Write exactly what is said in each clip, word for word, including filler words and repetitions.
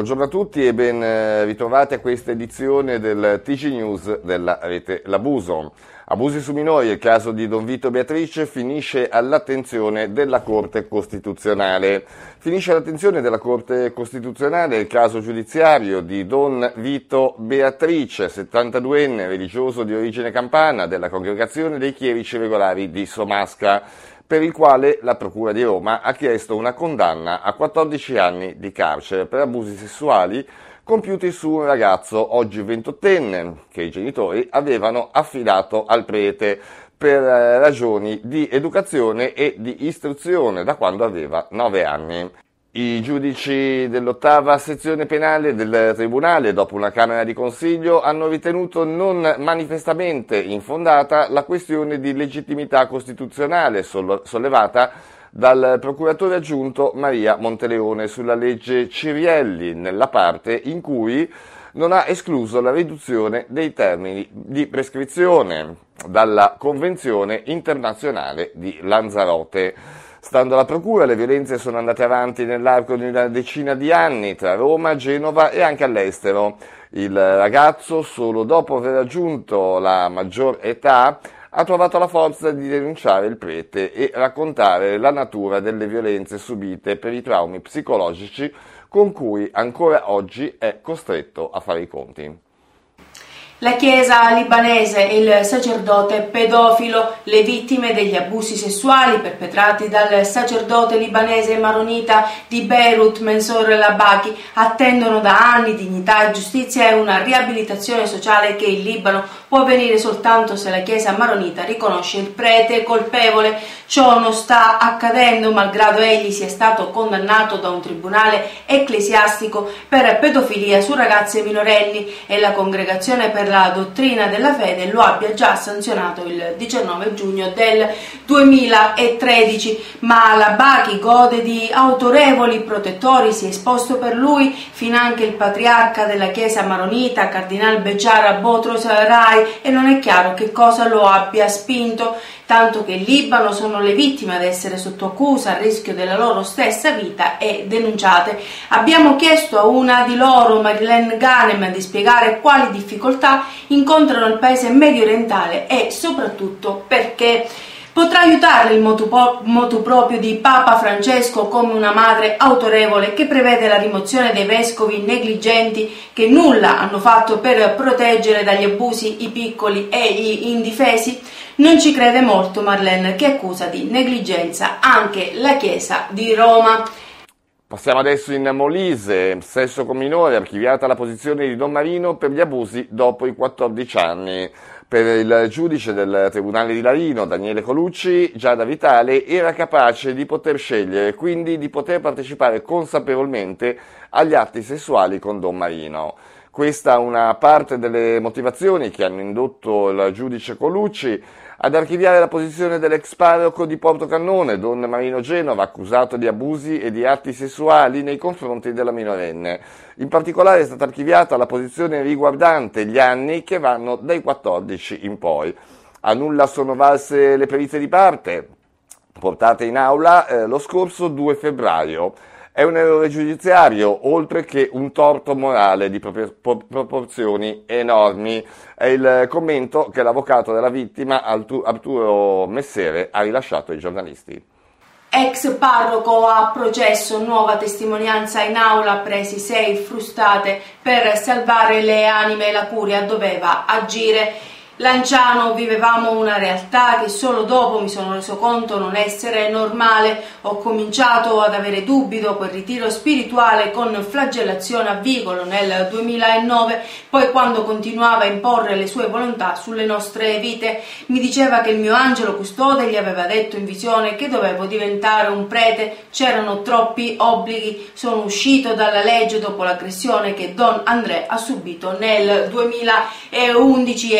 Buongiorno a tutti e ben ritrovati a questa edizione del T G News della rete L'Abuso. Abusi su minori, il caso di Don Vito Beatrice finisce all'attenzione della Corte Costituzionale. Finisce all'attenzione della Corte Costituzionale il caso giudiziario di Don Vito Beatrice, settantaduenne, religioso di origine campana della Congregazione dei Chierici Regolari di Somasca, per il quale la Procura di Roma ha chiesto una condanna a quattordici anni di carcere per abusi sessuali compiuti su un ragazzo oggi ventottenne che i genitori avevano affidato al prete per ragioni di educazione e di istruzione da quando aveva nove anni. I giudici dell'ottava sezione penale del Tribunale, dopo una Camera di Consiglio, hanno ritenuto non manifestamente infondata la questione di legittimità costituzionale sollevata dal procuratore aggiunto Maria Monteleone sulla legge Cirielli, nella parte in cui non ha escluso la riduzione dei termini di prescrizione dalla Convenzione internazionale di Lanzarote. Stando alla Procura, le violenze sono andate avanti nell'arco di una decina di anni tra Roma, Genova e anche all'estero. Il ragazzo, solo dopo aver raggiunto la maggior età, ha trovato la forza di denunciare il prete e raccontare la natura delle violenze subite per i traumi psicologici con cui ancora oggi è costretto a fare i conti. La Chiesa libanese e il sacerdote pedofilo, le vittime degli abusi sessuali perpetrati dal sacerdote libanese maronita di Beirut, Mansour Labaki, attendono da anni dignità e giustizia e una riabilitazione sociale che in Libano può avvenire soltanto se la Chiesa maronita riconosce il prete colpevole. Ciò non sta accadendo, malgrado egli sia stato condannato da un tribunale ecclesiastico per pedofilia su ragazze minorenni e la Congregazione per la dottrina della fede lo abbia già sanzionato il diciannove giugno del duemilatredici, ma Labaki gode di autorevoli protettori, si è esposto per lui finanche il patriarca della Chiesa maronita, Cardinal Bejar Botros Rai, e non è chiaro che cosa lo abbia spinto, tanto che in Libano sono le vittime ad essere sotto accusa, a rischio della loro stessa vita e denunciate. Abbiamo chiesto a una di loro, Marilyn Ghanem, di spiegare quali difficoltà incontrano il paese medio orientale e soprattutto perché. Potrà aiutarle il motu, po- motu proprio di Papa Francesco come una madre autorevole che prevede la rimozione dei vescovi negligenti che nulla hanno fatto per proteggere dagli abusi i piccoli e gli indifesi? Non ci crede molto Marlene, che accusa di negligenza anche la Chiesa di Roma. Passiamo adesso in Molise, sesso con minore, archiviata la posizione di Don Marino per gli abusi dopo i quattordici anni. Per il giudice del Tribunale di Larino, Daniele Colucci, Giada Vitale era capace di poter scegliere, quindi di poter partecipare consapevolmente agli atti sessuali con Don Marino. Questa è una parte delle motivazioni che hanno indotto il giudice Colucci ad archiviare la posizione dell'ex parroco di Portocannone, Don Marino Genova, accusato di abusi e di atti sessuali nei confronti della minorenne. In particolare è stata archiviata la posizione riguardante gli anni che vanno dai quattordici in poi. A nulla sono valse le perizie di parte, portate in aula eh, lo scorso due febbraio. È un errore giudiziario, oltre che un torto morale di proporzioni enormi. È il commento che l'avvocato della vittima, Arturo Messere, ha rilasciato ai giornalisti. Ex parroco a processo, nuova testimonianza in aula, presi sei frustate per salvare le anime, la curia doveva agire. Lanciano, vivevamo una realtà che solo dopo mi sono reso conto non essere normale. Ho cominciato ad avere dubbi dopo il ritiro spirituale con flagellazione a Vicolo nel duemilanove, poi quando continuava a imporre le sue volontà sulle nostre vite. Mi diceva che il mio angelo custode gli aveva detto in visione che dovevo diventare un prete, c'erano troppi obblighi. Sono uscito dalla legge dopo l'aggressione che Don André ha subito nel duemilaundici e la testimonianza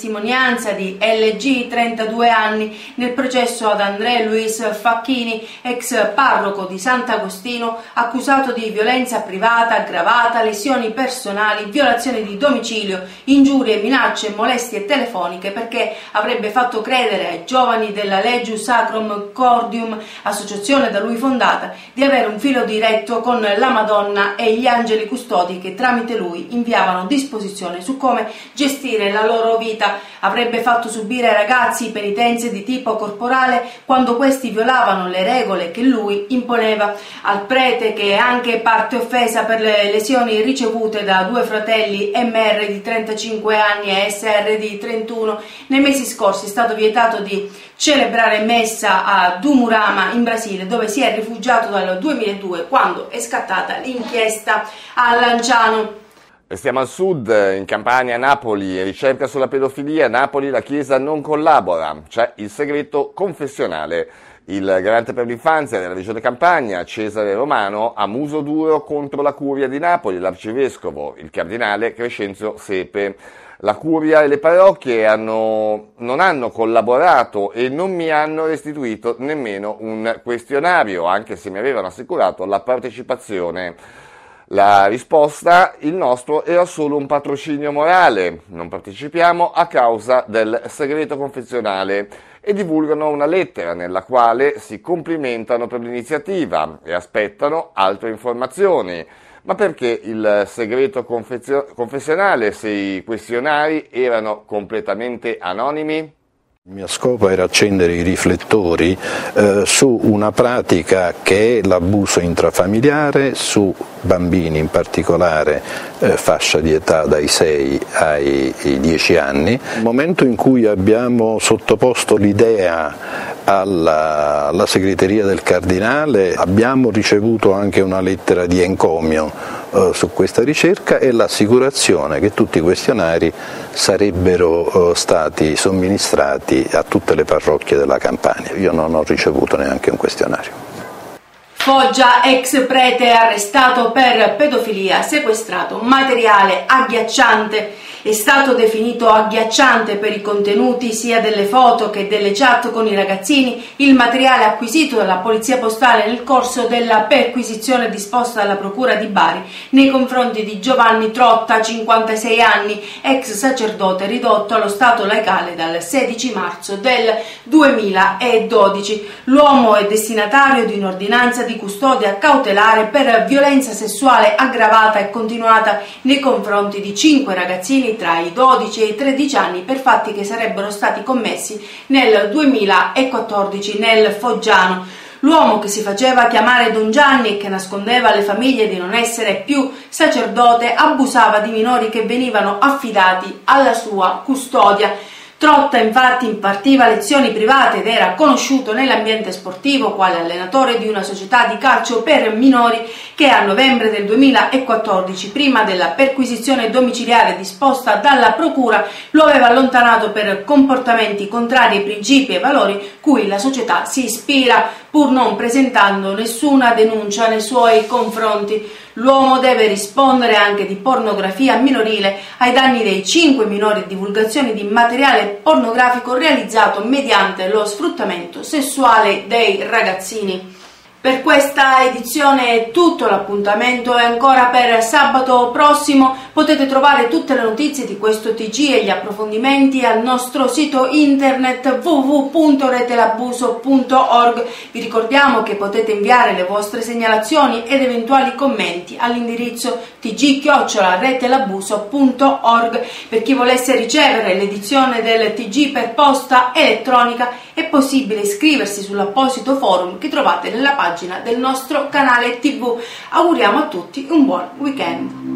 testimonianza di L G, trentadue anni, nel processo ad André Luis Facchini, ex parroco di Sant'Agostino, accusato di violenza privata aggravata, lesioni personali, violazione di domicilio, ingiurie, minacce e molestie telefoniche, perché avrebbe fatto credere ai giovani della Legius Sacrum Cordium, associazione da lui fondata, di avere un filo diretto con la Madonna e gli angeli custodi che tramite lui inviavano disposizione su come gestire la loro vita. Avrebbe fatto subire ai ragazzi penitenze di tipo corporale quando questi violavano le regole che lui imponeva. Al prete, che è anche parte offesa per le lesioni ricevute da due fratelli M R di trentacinque anni e S R di trentuno, nei mesi scorsi è stato vietato di celebrare messa a Dumurama in Brasile, dove si è rifugiato dal duemiladue, quando è scattata l'inchiesta a Lanciano. Restiamo al sud, in Campania, Napoli, ricerca sulla pedofilia, Napoli la Chiesa non collabora, c'è il segreto confessionale. Il garante per l'infanzia della regione Campania, Cesare Romano, ha muso duro contro la curia di Napoli, l'arcivescovo, il cardinale Crescenzio Sepe. La curia e le parrocchie hanno, non hanno collaborato e non mi hanno restituito nemmeno un questionario, anche se mi avevano assicurato la partecipazione. La risposta: il nostro era solo un patrocinio morale, non partecipiamo a causa del segreto confessionale, e divulgano una lettera nella quale si complimentano per l'iniziativa e aspettano altre informazioni. Ma perché il segreto confezio- confessionale se i questionari erano completamente anonimi? Il mio scopo era accendere i riflettori eh, su una pratica che è l'abuso intrafamiliare su bambini, in particolare eh, fascia di età dai sei ai dieci anni. Nel momento in cui abbiamo sottoposto l'idea alla, alla segreteria del Cardinale, abbiamo ricevuto anche una lettera di encomio eh, su questa ricerca e l'assicurazione che tutti i questionari sarebbero eh, stati somministrati a tutte le parrocchie della Campania. Io non ho ricevuto neanche un questionario. Foggia, ex prete arrestato per pedofilia, sequestrato materiale agghiacciante. È stato definito agghiacciante per i contenuti sia delle foto che delle chat con i ragazzini il materiale acquisito dalla Polizia Postale nel corso della perquisizione disposta dalla Procura di Bari nei confronti di Giovanni Trotta, cinquantasei anni, ex sacerdote ridotto allo stato laicale dal sedici marzo del duemiladodici. L'uomo è destinatario di un'ordinanza di custodia cautelare per violenza sessuale aggravata e continuata nei confronti di cinque ragazzini tra i dodici e i tredici anni per fatti che sarebbero stati commessi nel duemilaquattordici nel Foggiano. L'uomo, che si faceva chiamare Don Gianni e che nascondeva alle famiglie di non essere più sacerdote, abusava di minori che venivano affidati alla sua custodia. Trotta infatti impartiva lezioni private ed era conosciuto nell'ambiente sportivo quale allenatore di una società di calcio per minori che a novembre del duemilaquattordici, prima della perquisizione domiciliare disposta dalla Procura, lo aveva allontanato per comportamenti contrari ai principi e valori cui la società si ispira, pur non presentando nessuna denuncia nei suoi confronti. L'uomo deve rispondere anche di pornografia minorile ai danni dei cinque minori e divulgazione di materiale pornografico realizzato mediante lo sfruttamento sessuale dei ragazzini. Per questa edizione è tutto, l'appuntamento è ancora per sabato prossimo. Potete trovare tutte le notizie di questo T G e gli approfondimenti al nostro sito internet w w w punto retelabuso punto org. Vi ricordiamo che potete inviare le vostre segnalazioni ed eventuali commenti all'indirizzo t g chiocciola retelabuso punto org. Per chi volesse ricevere l'edizione del T G per posta elettronica è possibile iscriversi sull'apposito forum che trovate nella pagina del nostro canale tivù. Auguriamo a tutti un buon weekend.